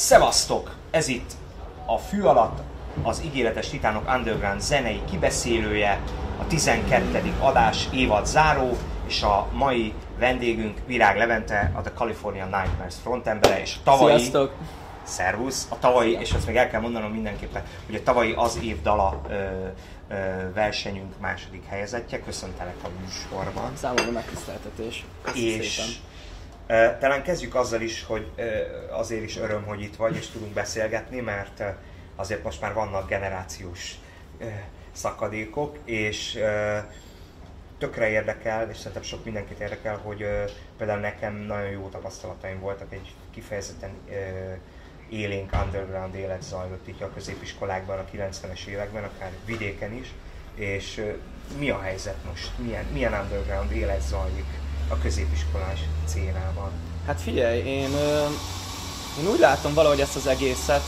Szevasztok! Ez itt a Fű alatt az Ígéretes Titánok Underground zenei kibeszélője, a 12. adás évad záró, és a mai vendégünk Virág Levente, a The California Nightmares frontembere, és a tavalyi... Sziasztok! Szervusz! A tavalyi, és azt még el kell mondanom mindenképpen, hogy a tavalyi az év dala versenyünk második helyezettje. Köszöntelek a műsorban. Számomra megtiszteltetés. Köszönöm És szépen. Talán kezdjük azzal is, hogy azért is öröm, hogy itt vagy és tudunk beszélgetni, mert azért most már vannak generációs szakadékok, és tökre érdekel, és szerintem sok mindenkit érdekel, hogy például nekem nagyon jó tapasztalataim voltak, egy kifejezetten élénk underground élet zajlott így a középiskolákban a 90-es években, akár vidéken is, és mi a helyzet most? Milyen underground élet zajlik a középiskolás szénában? Hát figyelj, én úgy látom valahogy ezt az egészet,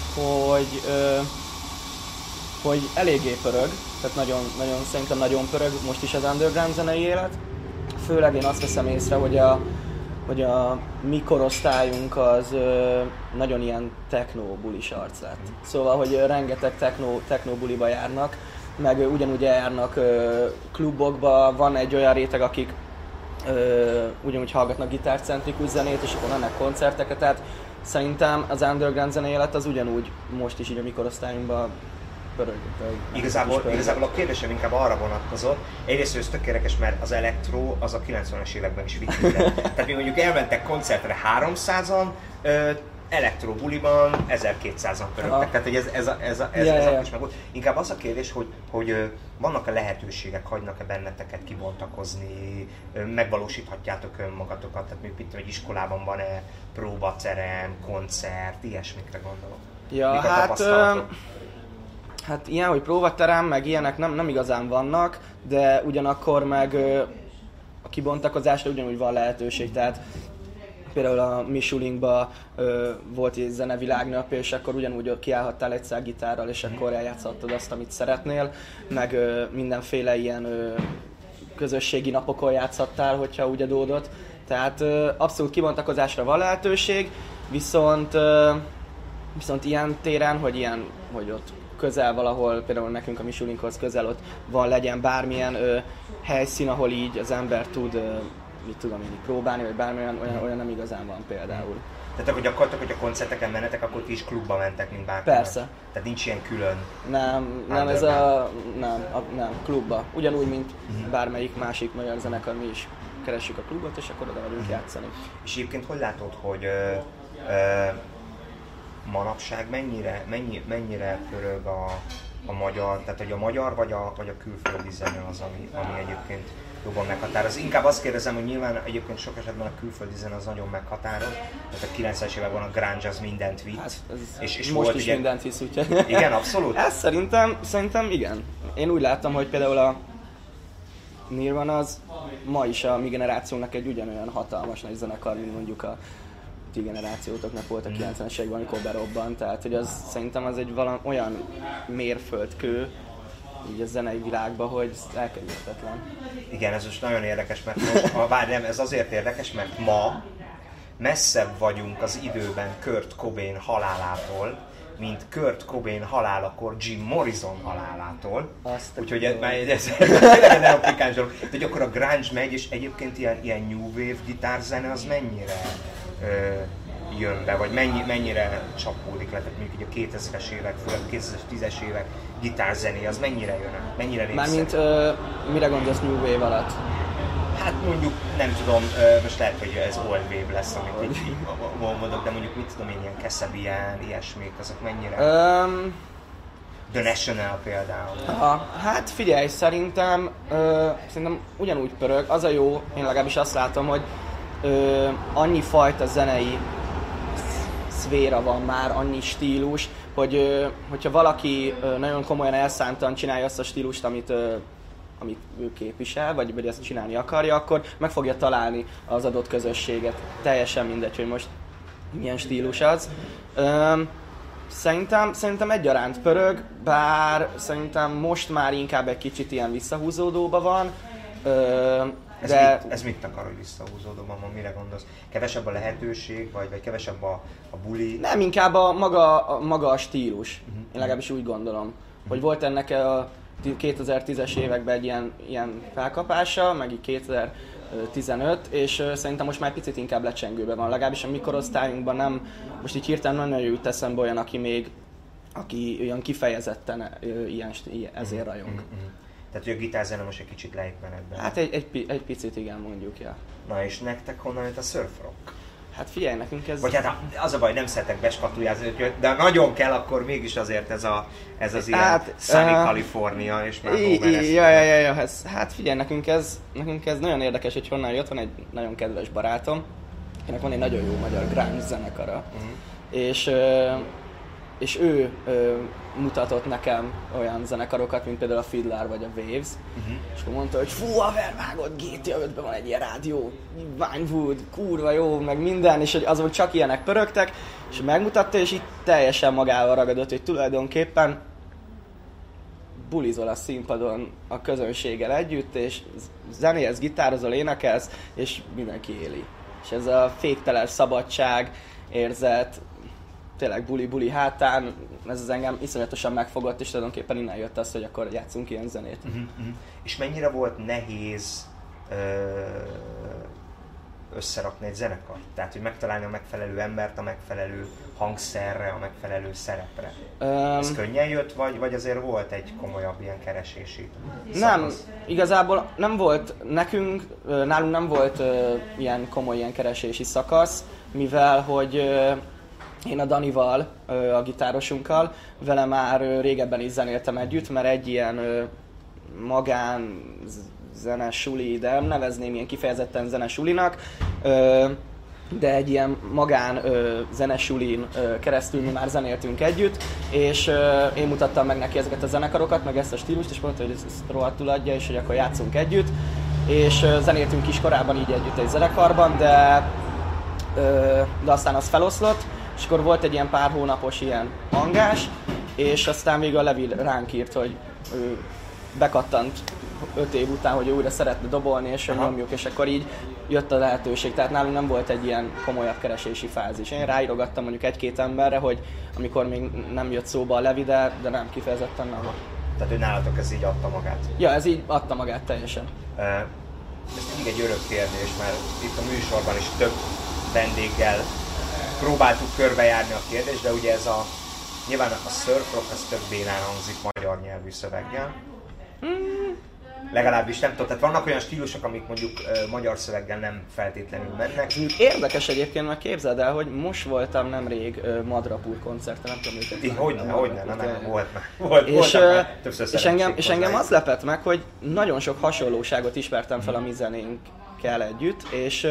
hogy eléggé pörög, tehát nagyon, szerintem nagyon pörög most is az underground zenei élet. Főleg én azt veszem észre, hogy a mi korosztályunk az nagyon ilyen techno-bulis arc lett. Szóval, hogy rengeteg techno-buliba járnak, meg ugyanúgy eljárnak klubokba, van egy olyan réteg, akik ugyanúgy hallgatnak gitárcentrikus zenét, és akkor mennek koncertekre, tehát szerintem az underground zenei élet az ugyanúgy most is így a mi korosztályunkban pörög. Igazából a kérdésem inkább arra vonatkozott. Egyrészt ez tök érdekes, mert az elektro az a 90-es években is vitt minden. Tehát mi mondjuk elmentek koncertre 300-an, elektrobuliban 1200-an pörögtek. Tehát hogy ez is meg volt. Inkább az a kérdés, hogy vannak-e lehetőségek, hagynak-e benneteket kibontakozni, megvalósíthatjátok önmagatokat, tehát még itt, hogy iskolában van-e próbaterem, koncert, ilyesmikre gondolok. Ja, hát ilyen, hogy próbaterem, meg ilyenek nem igazán vannak, de ugyanakkor meg a kibontakozásra ugyanúgy van lehetőség, tehát például a mi sulinkban volt egy zenevilágnap, és akkor ugyanúgy kiállhattál egyszer gitárral, és akkor eljátszhattad azt, amit szeretnél, meg mindenféle ilyen közösségi napokon játszhattál, hogyha úgy adódott. Tehát abszolút kibontakozásra van lehetőség, viszont ilyen téren, hogy ott közel valahol, például nekünk a mi sulinkhoz közel ott legyen bármilyen helyszín, ahol így az ember tud mit tudom én próbálni, vagy bármilyen olyan nem igazán van például. Tehát akkor gyakorlatilag, hogy a koncerteken mennetek, akkor ti is klubba mentek, mint bárki? Persze. Tehát nincs ilyen külön? Nem, klubba. Ugyanúgy, mint bármelyik másik magyar zenekar, mi is keressük a klubot, és akkor oda vagyunk játszani. És egyébként hogy látod, hogy manapság mennyire pörög a magyar, tehát hogy a magyar vagy a külföldi zene az, ami egyébként jobban meghatároz. Inkább azt kérdezem, hogy nyilván egyébként sok esetben a külföldi zene az nagyon meghatároz, tehát a 90-es években a grunge az mindent vitt. Hát és most is ugye... mindent visz, úgyhogy... Igen, abszolút? Ez szerintem igen. Én úgy láttam, hogy például a Nirvana az ma is a mi generációnak egy ugyanolyan hatalmas nagy zenekar, mint mondjuk a ti generációtoknak volt a 90-es években, amikor berobbant, tehát hogy szerintem az egy olyan mérföldkő így a zenei világban, hogy elkerülhetetlen. Igen, ez most nagyon érdekes, mert ez azért érdekes, mert ma messzebb vagyunk az időben Kurt Cobain halálától, mint Kurt Cobain halálakor Jim Morrison halálától. Úgyhogy ez tényleg nem applikáns dolog. De hogy akkor a grunge megy, és egyébként ilyen new wave gitárzene az mennyire jön be, vagy mennyire csapódik le, tehát mondjuk a 2000-es évek, főleg 2010-es évek gitárzené, az mennyire jön, mennyire népszerű? Mármint mire gondolsz New Wave alatt? Hát mondjuk, nem tudom, most lehet, hogy ez Old Wave lesz, amit így mondok, de mondjuk mit tudom én, ilyen Kasabian, ilyesmik, azok mennyire? The National például. Hát figyelj, szerintem ugyanúgy pörög, az a jó, én legalábbis azt látom, hogy annyi fajta zenei szféra van már, annyi stílus, hogyha valaki nagyon komolyan elszántan csinálja azt a stílust, amit ő képvisel, vagy ezt csinálni akarja, akkor meg fogja találni az adott közösséget. Teljesen mindegy, hogy most milyen stílus az. Szerintem egyaránt pörög, bár szerintem most már inkább egy kicsit ilyen visszahúzódóba van. Ez mit akar, hogy visszahúzódóban van, mire gondolsz? Kevesebb a lehetőség, vagy kevesebb a buli? Nem, inkább maga a stílus. Én legalábbis úgy gondolom, hogy volt ennek a 2010-es években egy ilyen felkapása, meg így 2015, és szerintem most már picit inkább lecsengőben van. Legalábbis a mi korosztályunkban nem, most így hirtelen nem nagyon jut eszembe olyan, aki olyan kifejezetten ezért rajong. Tehát, hogy a gitárzene most egy kicsit lejjebb menetben. Hát egy picit igen, mondjuk, ja. Na és nektek honnan jött a surf rock? Hát figyelj, nekünk ez... Vagy hát az a baj, nem szeretek beskatujázni, de nagyon kell, akkor mégis azért ez az ilyen Sunny California és már Ja, hát figyelj, nekünk ez nagyon érdekes, hogy honnan jött. Van egy nagyon kedves barátom, akinek van egy nagyon jó magyar grunge zenekara, és ő mutatott nekem olyan zenekarokat, mint például a Fiddler vagy a Waves, és akkor mondta, hogy fú, haver, vágod, GTA 5-ben van egy ilyen rádió, Vinewood, kurva jó, meg minden, és hogy azok csak ilyenek pörögtek, és megmutatta, és itt teljesen magával ragadott, hogy tulajdonképpen bulizol a színpadon a közönséggel együtt, és zenélsz, gitározol, énekelsz, és mindenki éli. És ez a féktelen szabadság, érzet, tényleg buli hátán, ez az engem iszonyatosan megfogott, és tulajdonképpen innen jött az, hogy akkor játszunk ilyen zenét. És mennyire volt nehéz összerakni egy zenekart? Tehát, hogy megtalálni a megfelelő embert, a megfelelő hangszerre, a megfelelő szerepre. Ez könnyen jött, vagy azért volt egy komolyabb ilyen keresési szakasz? Nem, igazából nem volt nálunk nem volt ilyen komoly ilyen keresési szakasz, mivel hogy én a Danival, a gitárosunkkal, vele már régebben is zenéltem együtt, mert egy ilyen magán zenes suli, de nem nevezném ilyen kifejezetten zenes sulinak, de egy ilyen magán zenes sulin keresztül mi már zenéltünk együtt, és én mutattam meg neki ezeket a zenekarokat, meg ezt a stílust, és mondta, hogy ezt rohadtul adja, és hogy akkor játszunk együtt, és zenéltünk is korábban így együtt egy zenekarban, de aztán az feloszlott, és akkor volt egy ilyen pár hónapos ilyen hangás, és aztán még a Levi ránk írt, hogy ő bekattant 5 év után, hogy ő újra szeretne dobolni, és nyomjuk, és akkor így jött a lehetőség. Tehát nálunk nem volt egy ilyen komolyabb keresési fázis. Én ráírogattam mondjuk 1-2 emberre, hogy amikor még nem jött szóba a Levi, de nem kifejezetten nem. Tehát, hogy nálatok ez így adta magát? Ja, ez így adta magát teljesen. Ez mindig egy örök kérdés, mert itt a műsorban is több vendéggel próbáltuk körbejárni a kérdést, de ugye ez nyilván a surf rock az több bénán hangzik magyar nyelvű szöveggel. Legalábbis nem tudom, tehát vannak olyan stílusok, amik mondjuk magyar szöveggel nem feltétlenül mennek. Érdekes egyébként, mert képzeld el, hogy most voltam nemrég Madrapur koncerten, nem tudom őket. Hogyne, volt már. És engem az lepett meg, hogy nagyon sok hasonlóságot ismertem fel a mi zenénkkel együtt,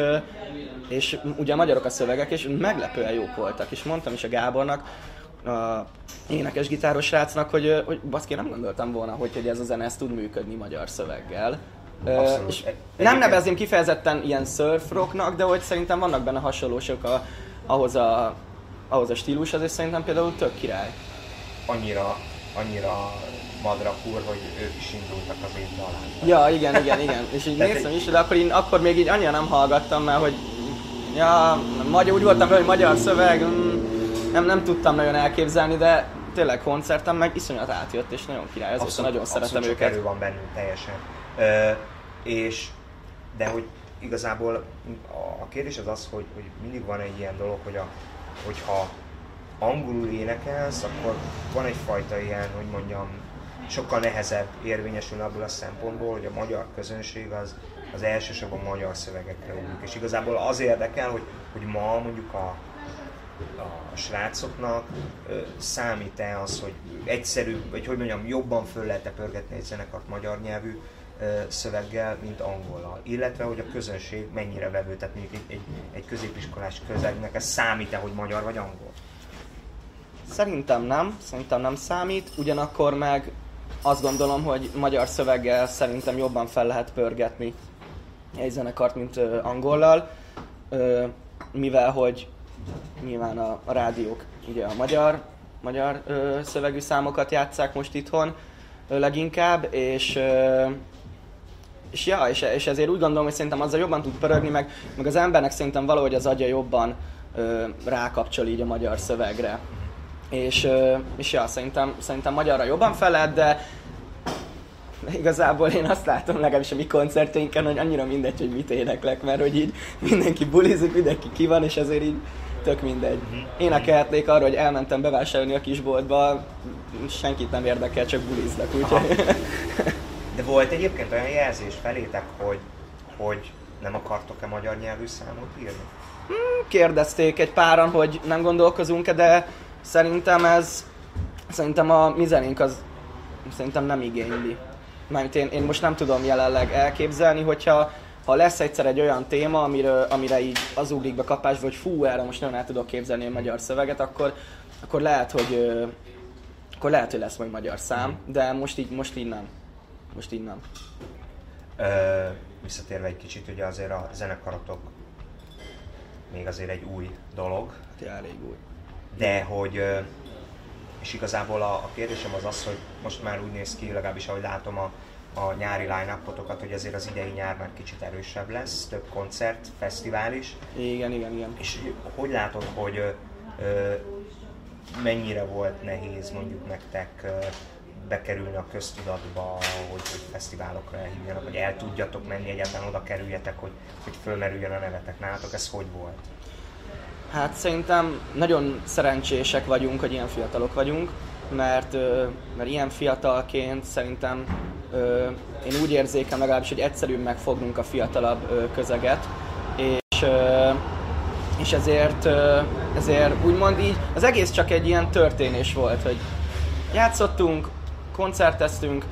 és ugye a magyarok a szövegek, és meglepően jók voltak, és mondtam is a Gábornak, a énekes gitáros srácnak, hogy baszki, nem gondoltam volna, hogy ez a zene ez tud működni magyar szöveggel. És nem nevezném kifejezetten ilyen surf rocknak, de hogy szerintem vannak benne hasonlósok ahhoz a stílushoz, és szerintem például tök király. Annyira Madrapur, hogy ők is indultak az én dalán. Ja, igen. És így néztem is, de akkor még így annyira nem hallgattam, mert hogy úgy voltam vele, hogy magyar szöveg, nem tudtam nagyon elképzelni, de tényleg koncerten meg iszonyat átjött, és nagyon király, ezért nagyon szeretem őket. Erő van bennünk teljesen. De hogy igazából a kérdés az, hogy mindig van egy ilyen dolog, hogyha angolul énekelsz, akkor van egyfajta ilyen, hogy mondjam, sokkal nehezebb érvényesül abból a szempontból, hogy a magyar közönség az elsősorban magyar szövegekre ugrik. És igazából az érdekel, hogy ma mondjuk a srácoknak számít-e az, hogy egyszerűbb, vagy hogy mondjam, jobban föl lehet-e pörgetni egy zenekart magyar nyelvű szöveggel, mint angollal. Illetve, hogy a közönség mennyire vevő, tehát mondjuk egy középiskolás közegnek ez számít-e, hogy magyar vagy angol? Szerintem nem számít, ugyanakkor meg azt gondolom, hogy magyar szöveggel szerintem jobban fel lehet pörgetni egy zenekart, mint angollal, mivel hogy nyilván a rádiók ugye a magyar szövegű számokat játsszák most itthon leginkább, és és ezért úgy gondolom, hogy szerintem azzal jobban tud pörögni, meg az embernek szerintem valahogy az agya jobban rákapcsol így a magyar szövegre. És szerintem magyarra jobban felelt, de igazából én azt látom legalábbis a mi koncertjeinken, hogy annyira mindegy, hogy mit éneklek, mert hogy így mindenki bulizik, mindenki ki van, és ezért így tök mindegy. Énekelhetnék arra, hogy elmentem bevásárolni a kisboltba, senkit nem érdekel, csak buliznak, úgyhogy... De volt egyébként olyan jelzés felétek, hogy nem akartok-e magyar nyelvű számot írni? Kérdezték egy páran, hogy nem gondolkozunk-e, de szerintem a mi zenénk az szerintem nem igényli. Mármint én most nem tudom jelenleg elképzelni, hogyha lesz egyszer egy olyan téma, amire így az ugrik be kapásba, hogy fú, erre most nagyon el tudok képzelni a magyar szöveget, akkor lehet, hogy lesz majd magyar szám, de most így nem. Visszatérve egy kicsit, ugye azért a zenekaratok még azért egy új dolog. Elég új. De hogy, és igazából a kérdésem az, hogy most már úgy néz ki, legalábbis ahogy látom a nyári line-upotokat, hogy azért az idei nyár már kicsit erősebb lesz, több koncert, fesztivál is. Igen. És hogy látod, hogy mennyire volt nehéz mondjuk nektek bekerülni a köztudatba, hogy fesztiválokra elhívjanak, vagy el tudjatok menni, egyáltalán oda kerüljetek, hogy fölmerüljön a nevetek. Nálatok ez hogy volt? Hát szerintem nagyon szerencsések vagyunk, hogy ilyen fiatalok vagyunk, mert ilyen fiatalként szerintem én úgy érzékem legalábbis, hogy egyszerűbb megfognunk a fiatalabb közeget, és ezért úgymond így az egész csak egy ilyen történés volt, hogy játszottunk, koncerteztünk,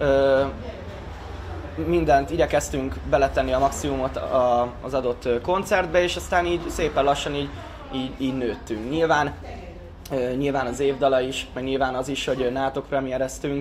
mindent igyekeztünk beletenni a maximumot az adott koncertbe, és aztán így szépen lassan így nőttünk. Nyilván az évdala is, meg nyilván az is, hogy nátok premiereztünk,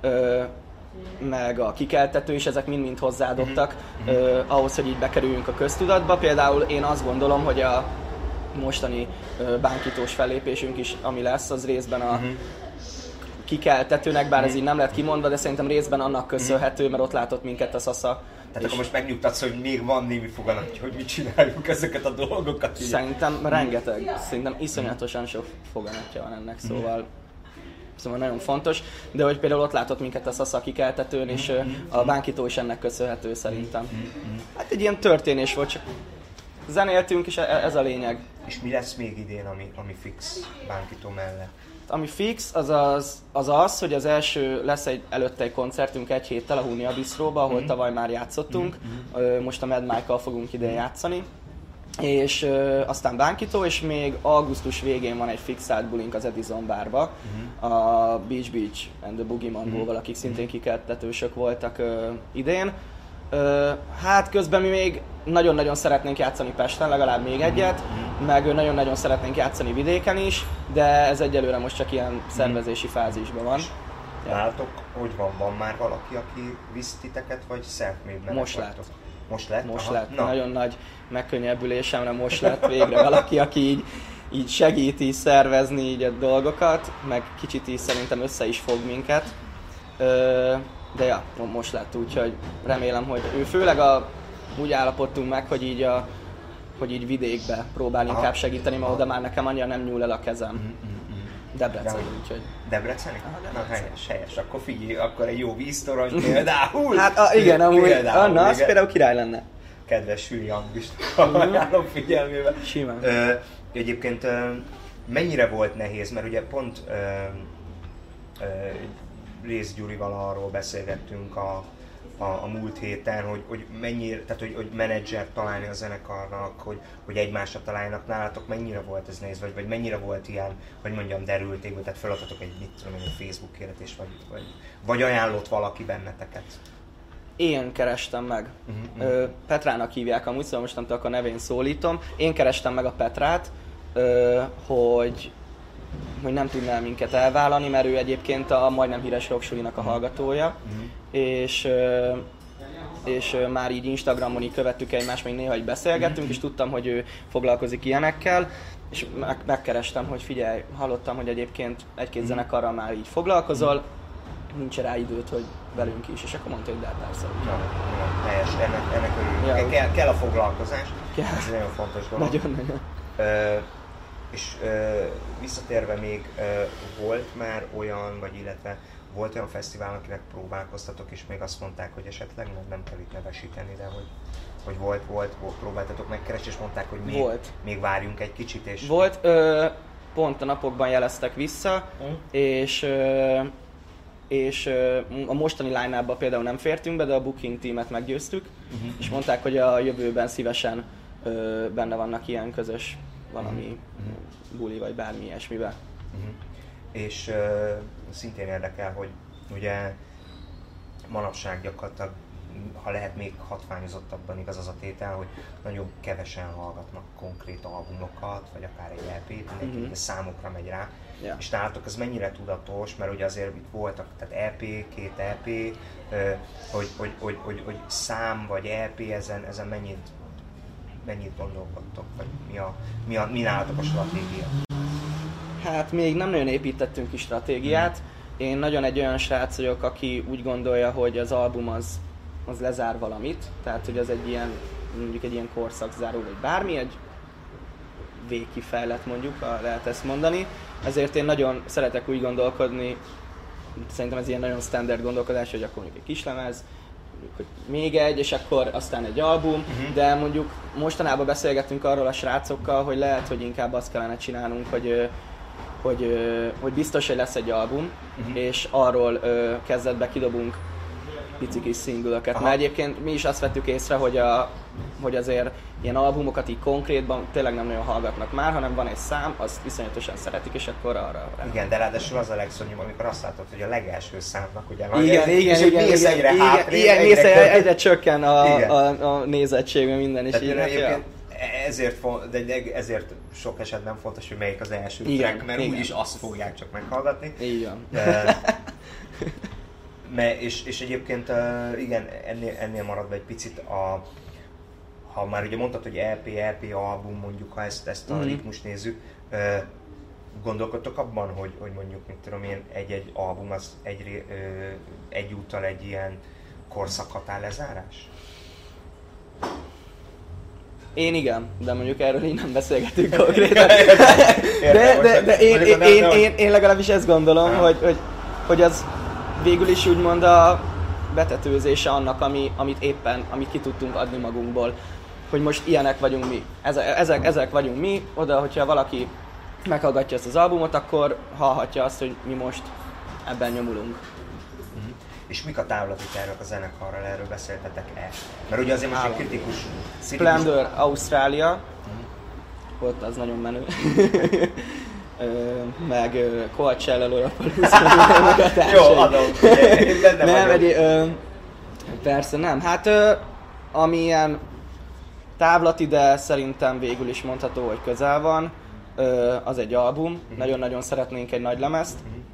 meg a kikeltető is, ezek mind-mind hozzáadottak ahhoz, hogy így bekerüljünk a köztudatba. Például én azt gondolom, hogy a mostani bánkítós fellépésünk is, ami lesz, az részben a kikeltetőnek, bár ez így nem lett kimondva, de szerintem részben annak köszönhető, mert ott látott minket a Szasza. Tehát akkor most megnyugtatsz, hogy még van némi foganat, hogy mit csináljuk ezeket a dolgokat? Szerintem rengeteg, szerintem iszonyatosan sok foganatja van ennek, szóval nagyon fontos, de hogy például ott látott minket a Szasza kikeltetőn, és a bánkító is ennek köszönhető szerintem. Hát egy ilyen történés volt, csak zenéltünk, és ez a lényeg. És mi lesz még idén, ami fix bánkító mellett? Ami fix, az, hogy az első lesz előtte egy koncertünk egy héttel a Hunia Bistróba, ahol tavaly már játszottunk. Most a Mad Mike-kal fogunk idén játszani. És aztán bánkító, és még augusztus végén van egy fixált bulink az Edison Barba, a Beach and the Boogie Mambo-val, akik szintén kikeltetősök voltak idén. Hát közben mi még nagyon-nagyon szeretnénk játszani Pesten, legalább még egyet, meg nagyon-nagyon szeretnénk játszani vidéken is, de ez egyelőre most csak ilyen szervezési fázisban van. Látok, hogy van már valaki, aki visz titeket, vagy self-made-ben? Most lett? Most lett. Nagyon nagy megkönnyebbülésemre most lett végre valaki, aki így segít szervezni így a dolgokat, meg kicsit így szerintem össze is fog minket. De ja, most lett, úgyhogy remélem, hogy ő főleg úgy állapodtunk meg, hogy így vidékbe próbál inkább segíteni, mert oda már nekem annyira nem nyúl el a kezem. Debrecen, úgyhogy. Debreceni? Na helyes. Akkor figyelj, akkor egy jó víztorony például. Hát igen, amúgy, az például király lenne. Kedves Süli Angist, ajánlom figyelmébe. Simán. Egyébként mennyire volt nehéz, mert ugye pont Rész Gyurival arról beszélgettünk a múlt héten, hogy mennyire, tehát hogy menedzser találni a zenekarnak, hogy egymásra találjanak. Nálatok mennyire volt ez nehéz, vagy mennyire volt ilyen, hogy mondjam, derültékből, tehát feladhatok egy Facebook hirdetés, vagy ajánlott valaki benneteket? Én kerestem meg. Petrának hívják amúgy, szóval most nem tudok a nevén szólítom. Én kerestem meg a Petrát, hogy nem tudná minket elvállalni, mert ő egyébként a majdnem híres rocksulinak a hallgatója, és már így Instagramon így követtük egymást, még néha így beszélgettünk, és tudtam, hogy ő foglalkozik ilyenekkel, és megkerestem, hogy figyelj, hallottam, hogy egyébként egy-két zenekarral már így foglalkozol, nincs rá időt, hogy velünk is, és akkor mondta, hogy de hát persze. Helyes, ennek örülünk. Kell a foglalkozás, ez egy nagyon fontos dolog. Nagyon. És visszatérve még volt már olyan, vagy illetve volt olyan fesztivál, akinek próbálkoztatok, és még azt mondták, hogy esetleg nem kell itt nevesíteni, de hogy volt, próbáltatok megkeresni, és mondták, hogy még várjunk egy kicsit. És volt, pont a napokban jeleztek vissza, és a mostani line-upba például nem fértünk be, de a booking teamet meggyőztük, és mondták, hogy a jövőben szívesen benne vannak ilyen közös valami buli vagy bármi ilyesmibe. És szintén érdekel, hogy ugye manapság gyakorlatilag, ha lehet még hatványozottabban igaz az a tétel, hogy nagyon kevesen hallgatnak konkrét albumokat, vagy akár egy EP-t, mindenki számokra megy rá. Yeah. És nálatok ez mennyire tudatos, mert ugye azért itt voltak, tehát EP, 2 EP, hogy szám vagy EP, ezen mennyit gondolkodtok, vagy mi nálatok a stratégia? Hát még nem nagyon építettünk ki stratégiát. Én nagyon egy olyan srác vagyok, aki úgy gondolja, hogy az album az lezár valamit, tehát hogy az egy ilyen, mondjuk egy ilyen korszakzáró, vagy bármi, egy végkifejlet mondjuk, ha lehet ezt mondani. Ezért én nagyon szeretek úgy gondolkodni, szerintem ez ilyen nagyon standard gondolkodás, hogy akkor mondjuk egy kislemez, hogy még egy, és akkor aztán egy album, de mondjuk mostanában beszélgettünk arról a srácokkal, hogy lehet, hogy inkább azt kellene csinálnunk, hogy biztos, hogy lesz egy album, és arról kezdetbe kidobunk pici kis szingülöket. Mert egyébként mi is azt vettük észre, hogy azért ilyen albumokat így konkrétban tényleg nem nagyon hallgatnak már, hanem van egy szám, azt viszonyatosan szeretik, és akkor arra... Igen, de ráadásul az a legszörnyűbb, amikor azt látod, hogy a legelső számnak ugye van, igen, egyre csökken a nézettség, minden is így. Ezért sok esetben fontos, hogy melyik az első track, mert úgyis azt fogják csak meghallgatni. Így van. És egyébként igen, ennél maradva egy picit, ha már ugye mondtad, hogy EP album, mondjuk, ha ezt a ritmust nézzük, gondolkodtok abban, hogy mondjuk, mit tudom én, egy album az egyúttal egy ilyen korszakhatár lezárás? Én igen, de mondjuk erről így nem beszélgetünk konkrétan. De én legalábbis ezt gondolom, hogy az végül is úgymond a betetőzése annak, amit ki tudtunk adni magunkból. Hogy most ilyenek vagyunk mi, ezek vagyunk mi, oda, hogyha valaki meghallgatja ezt az albumot, akkor hallhatja azt, hogy mi most ebben nyomulunk. És mik a távlati tervek a zenekarral, erről beszéltetek-e? Mert ugye azért most egy kritikus... Splendor, Ausztrália, ott az nagyon menő. Meg Coachella, Lollapalooza, Jó, adom, én benne vagyok. Persze nem, hát ami ilyen távlati, de szerintem végül is mondható, hogy közel van, az egy album, nagyon-nagyon szeretnénk egy nagy lemezt,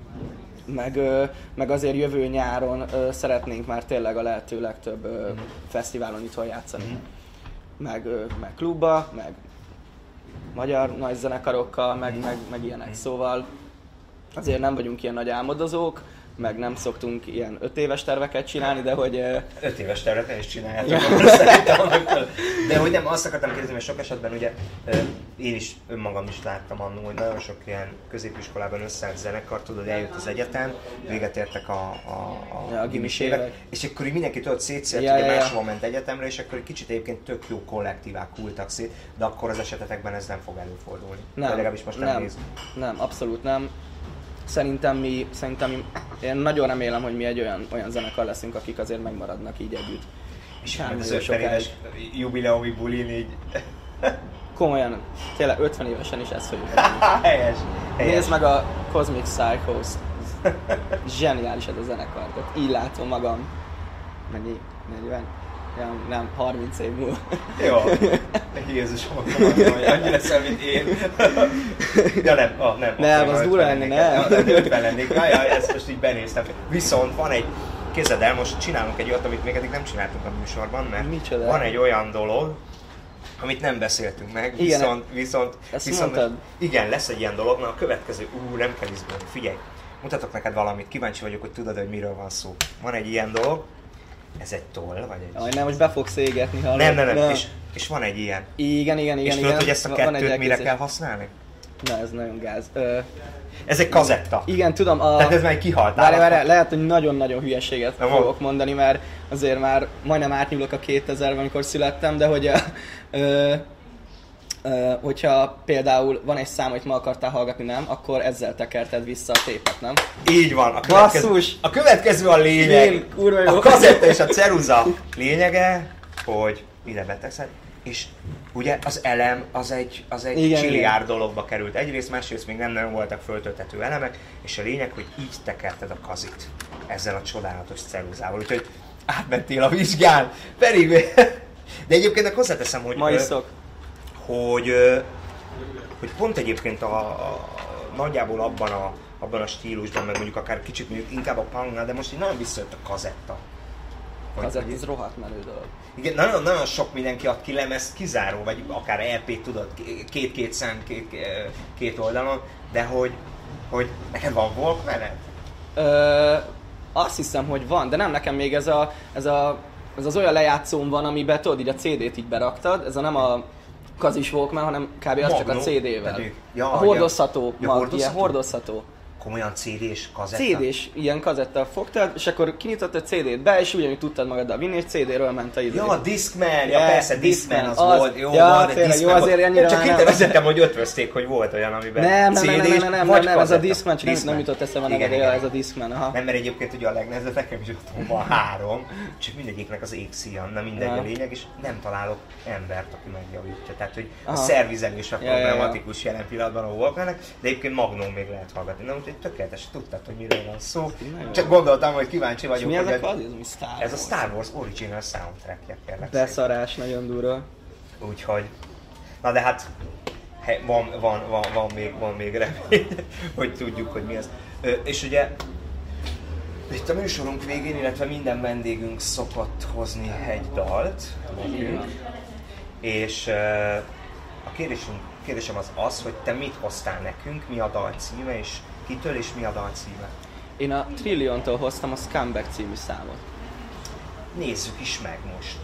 meg azért jövő nyáron szeretnénk már tényleg a lehető legtöbb fesztiválon itthon játszani. Meg klubba, meg magyar nagy zenekarokkal, meg ilyenek. Szóval azért nem vagyunk ilyen nagy álmodozók, meg nem szoktunk ilyen 5 éves terveket csinálni, de hogy... 5 éves terveket is csináljátok, szerintem. De hogy nem, azt akartam kérdezni, mert sok esetben ugye én is önmagam is láttam annól, hogy nagyon sok ilyen középiskolában összeállt zenekar, tudod, eljött az egyetem, véget értek a gimis évek, és akkor így mindenki tudod szétszélt, ugye máshol ment egyetemre, és akkor egy kicsit egyébként tök jó kollektívák kultak szét, de akkor az esetetekben ez nem fog előfordulni. Nem, legalábbis most nem nézünk. Nem, abszolút nem. Szerintem én nagyon remélem, hogy mi egy olyan zenekar leszünk, akik azért megmaradnak így együtt. És az 50 éves jubileumi bulin így... Komolyan, tényleg 50 évesen is ezt fogjuk. Helyes. Nézd meg a Cosmic Psychos. Zseniális ez a zenekar. Tehát így látom magam. Mennyi? 40? Ja, nem, 30 év múlva. Jó. Jézus, mondtam, hogy annyi leszel, mint én. Ja nem. Nem, az durva lenne, nem. 50 lennék. Jaj, ezt most így benéztem. Viszont van egy, képzeld el, most csinálunk egy olyat, amit még eddig nem csináltunk a műsorban, mert micsoda? Van egy olyan dolog, amit nem beszéltünk meg, viszont mondtad? igen, lesz egy ilyen dolog, mert a következő, nem kell izgulni, figyelj. mutatok neked valamit, kíváncsi vagyok, hogy tudod, hogy miről van szó. Van egy ilyen dolog, ez egy toll, vagy egy... Jaj, nem, most be fogsz égetni, hallod. Nem. És van egy ilyen. Igen. És tudod, hogy ezt a kettőt mire kell használni? Na, ez nagyon gáz. Ez egy kazetta. Igen, tudom. Tehát ez már kihalt. Várj, lehet, hogy nagyon-nagyon hülyeséget fogok mondani, mert azért már majdnem átnyúlok a 2000-ben, amikor születtem, de hogy hogyha például van egy szám, amit ma akartál hallgatni, nem, akkor ezzel tekerted vissza a tépet, nem? Így van. Basszus! A következő a lényeg. A kazetta és a ceruza lényege, hogy ide beteszed, és ugye az elem az egy csiliárd dologba került. Egyrészt, másrészt még nem nagyon voltak föltölthető elemek, és a lényeg, hogy így tekerted a kazit ezzel a csodálatos ceruzával. Úgyhogy átmentél a vizsgán, pedig... De egyébként hozzáteszem, hogy... Ma iszok. Hogy pont egyébként nagyjából abban a stílusban, meg mondjuk akár kicsit inkább a punknál, de most így nagyon visszajött a kazetta. Kazetta, ez rohadt menő dolog. Igen, nagyon sok mindenki ad ki lemezt kizáró, vagy akár EP-t tudod, két szám, két oldalon, de hogy neked van Walkman-ed? Azt hiszem, hogy van, de nem, nekem még ez az olyan lejátszóm van, amiben tudod, így a CD-t így beraktad, ez nem a kazis Walkman, hanem kb. Az Magnum, csak a CD-vel. Ja, a hordozható, hordozható? Ilyen hordozható. Komolyan CD-s kazetta? CD-s ilyen kazettal fogtad, és akkor kinyitottad a CD-t be, és ugyanúgy tudtad magaddal vinni, és CD-ről ment a idő. Ja, a Discman! Ja, persze, Discman az volt. Jó, ja, volt, tényleg, jó, azért ennyire csak hittem, hogy ötvözték, hogy volt olyan, amiben CD-s, nem, ez a Discman, csak nem jutott eszembe neked, ez a Discman, aha. Nem, mert egyébként ugye a legnehezebb, nekem is otthon van 3, csak mindegyiknek az égszíjan, nem mindegy a lényeg, és nem találok embert, aki megjavítja. Tehát, hogy a szervizelés a problematikus jelen pillanatban a Walkmannek, de egyébként Magnum még lehet hallgatni. Na, úgyhogy tökéletes, tudtad, hogy miről van szó. Csak gondoltam, hogy kíváncsi vagyok, mi hogy ez a Star Wars original soundtrackje, kérlek. Beszarás, nagyon durva. Úgyhogy, na de hát van még remény, hogy tudjuk, hogy mi ez. És ugye itt a műsorunk végén, illetve minden vendégünk szokott hozni egy dalt nekünk, és a kérdésem az, hogy te mit hoztál nekünk, mi a dal címe, és kitől és mi a dal címe? Én a Trilliontól hoztam a Scumbag című számot. Nézzük is meg most!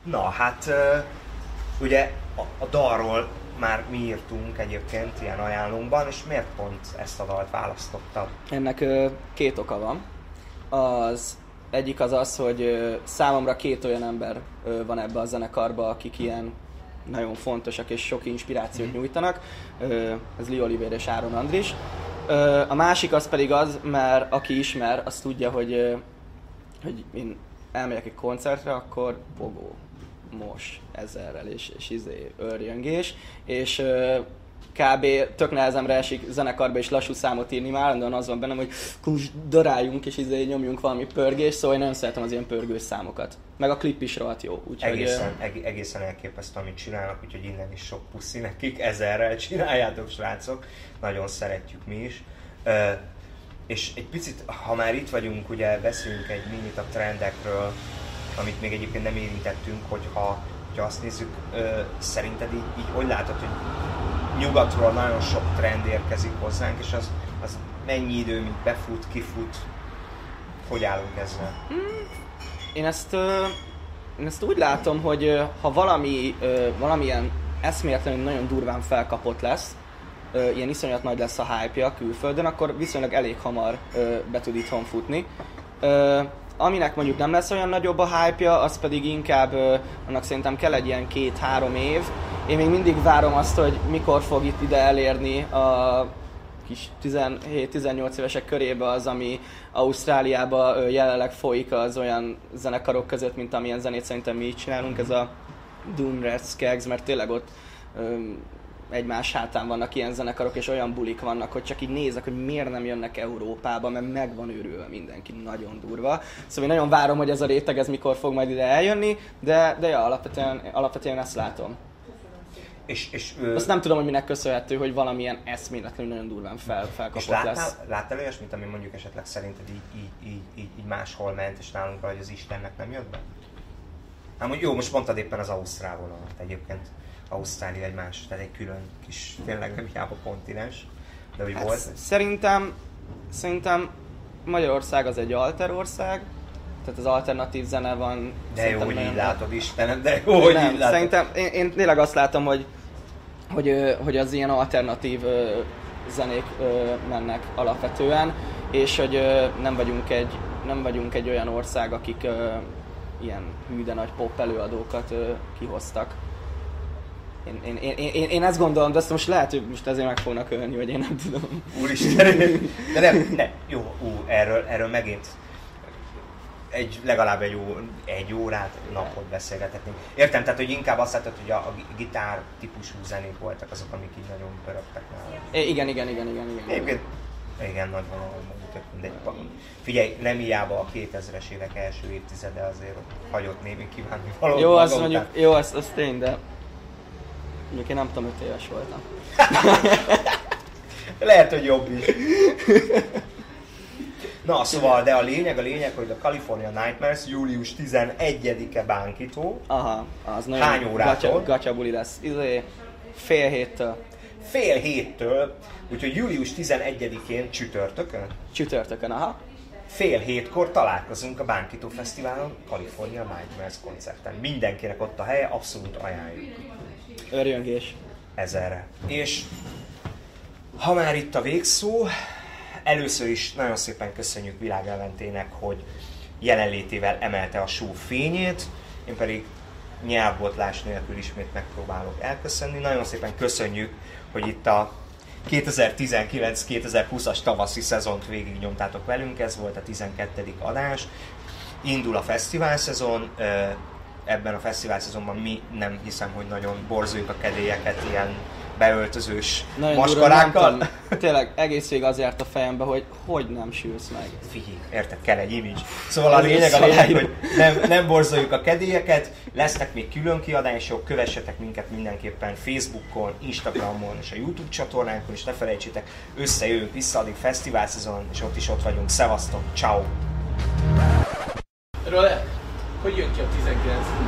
Na hát, ugye a dalról már mi írtunk egyébként ilyen ajánlónkban, és miért pont ezt a dalt választottad? Ennek két oka van. Az egyik az az, hogy számomra két olyan ember van ebbe a zenekarba, akik ilyen nagyon fontosak és sok inspirációt nyújtanak. Ez Lee Oliver és Áron Andris. A másik az pedig az, mert aki ismer, az tudja, hogy én elmegyek egy koncertre, akkor pogó, mos, ezerrel és őrjöngés, és kb. Tök nehezemre esik zenekarba és lassú számot írni, már állandóan az van bennem, hogy daráljunk és nyomjunk valami pörgést, szóval én nagyon szeretem az ilyen pörgős számokat. Meg a klip is rohadt jó, úgyhogy... Egészen elképesztő, amit csinálnak, úgyhogy innen is sok puszi nekik, ezerrel csináljátok, srácok, nagyon szeretjük mi is. És egy picit, ha már itt vagyunk, ugye beszéljünk egy minit a trendekről, amit még egyébként nem érintettünk, hogyha azt nézzük, szerinted így hogy látod, hogy nyugatról nagyon sok trend érkezik hozzánk, és az mennyi idő, mint befut, kifut, hogy állunk ezzel? Én ezt úgy látom, hogy ha valamilyen eszméletlenül nagyon durván felkapott lesz, ilyen iszonyat nagy lesz a hype-ja külföldön, akkor viszonylag elég hamar be tud itthon futni. Aminek mondjuk nem lesz olyan nagyobb a hype-ja, az pedig inkább annak szerintem kell egy ilyen 2-3 év. Én még mindig várom azt, hogy mikor fog itt ide elérni a kis 17-18 évesek körébe az, ami Ausztráliában jelenleg folyik az olyan zenekarok között, mint amilyen zenét szerintem mi így csinálunk, ez a Doom Red Skaggs, mert tényleg ott egymás hátán vannak ilyen zenekarok, és olyan bulik vannak, hogy csak így nézek, hogy miért nem jönnek Európába, mert meg van őrülve mindenki, nagyon durva. Szóval én nagyon várom, hogy ez a réteg ez mikor fog majd ide eljönni, de ja, alapvetően ezt látom. Azt nem tudom, hogy minek köszönhető, hogy valamilyen eszméletlenül nagyon durván felkapott lesz. Láttál olyasmit, ami mondjuk esetleg szerinted így máshol ment, és nálunk hogy az Istennek nem jött be? Hát jó, most mondtad éppen az ausztrál vonalat egyébként. Ausztrália egy más, tehát egy külön kis, tényleg nem hiába kontinens, de úgy volt. Szerintem Magyarország az egy alterország, tehát az alternatív zene van. De jó, hogy így látod, Istenem, de jó, hogy így látod. Szerintem én tényleg azt látom, hogy az ilyen alternatív zenék mennek alapvetően, és hogy nem vagyunk egy olyan ország, akik ilyen hű de nagy pop előadókat kihoztak. Én ezt gondolom, de azt most lehet, hogy most ezért meg fognak ölni, hogy én nem tudom. Úristen, de nem, jó, erről megint legalább egy órát, napot beszélgethetnénk. Értem, tehát hogy inkább azt látod, hogy a gitár típusú zenék voltak azok, amik így nagyon pörögtek nála. Igen. Igen, nagy vonalon mondjuk, mindegy. Figyelj, nem hiába a 2000-es évek első évtizede azért hagyott némi kívánni valót. Jó, azt mondjuk, jó, az tény, de mondjuk én nem tudom, 5 éves voltam. Lehet, hogy jobb is. Na, szóval, de a lényeg, hogy a California Nightmares július 11-e bánkító. Aha, az nagyon hány órától? Gatyabuli lesz. Fél héttől. Fél héttől, úgyhogy július 11-én csütörtökön? Csütörtökön, aha. Fél hétkor találkozunk a Bánkító Fesztiválon, California Nightmares koncerten. Mindenkinek ott a helye, abszolút ajánljuk. Örjöngés. Ezerre. És ha már itt a végszó, először is nagyon szépen köszönjük Világ Leventének, hogy jelenlétével emelte a show fényét, én pedig nyelvbotlás nélkül ismét megpróbálok elköszönni. Nagyon szépen köszönjük, hogy itt a 2019-2020-as tavaszi szezont végignyomtátok velünk, ez volt a 12. adás. Indul a fesztivál szezon, ebben a fesztivál szezonban mi nem hiszem, hogy nagyon borzoljuk a kedélyeket ilyen beöltözős nagyon maskarákkal. Durva, tényleg egész végig az járt a fejembe, hogy nem sülsz meg. Figyelj, érted, kell egy image. Szóval a lényeg, hogy nem borzoljuk a kedélyeket, lesznek még külön kiadások, kövessetek minket mindenképpen Facebookon, Instagramon és a YouTube csatornánkon, és ne felejtsétek, összejövünk vissza addig fesztivál szezon, és ott vagyunk. Szevasztok, ciao. Role, hogy jön ki a 19-20?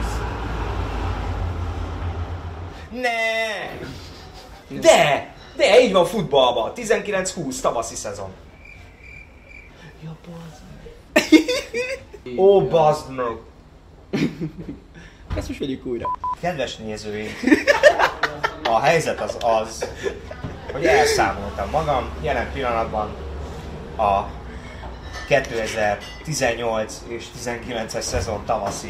Ne! De így van futballban, 19-20 tavaszi szezon. Ja, bazd meg. Ó, bazd meg! Ezt most vegyük újra. Kedves nézőink, a helyzet az, hogy elszámoltam magam, jelen pillanatban a 2018 és 19-es szezon tavaszi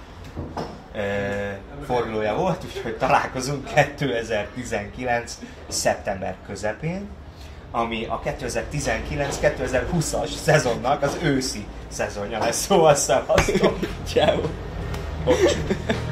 fordulója volt, úgyhogy találkozunk 2019. szeptember közepén, ami a 2019-2020-as szezonnak az őszi szezonja lesz, szóval szevasztok! Ciao. Bocs.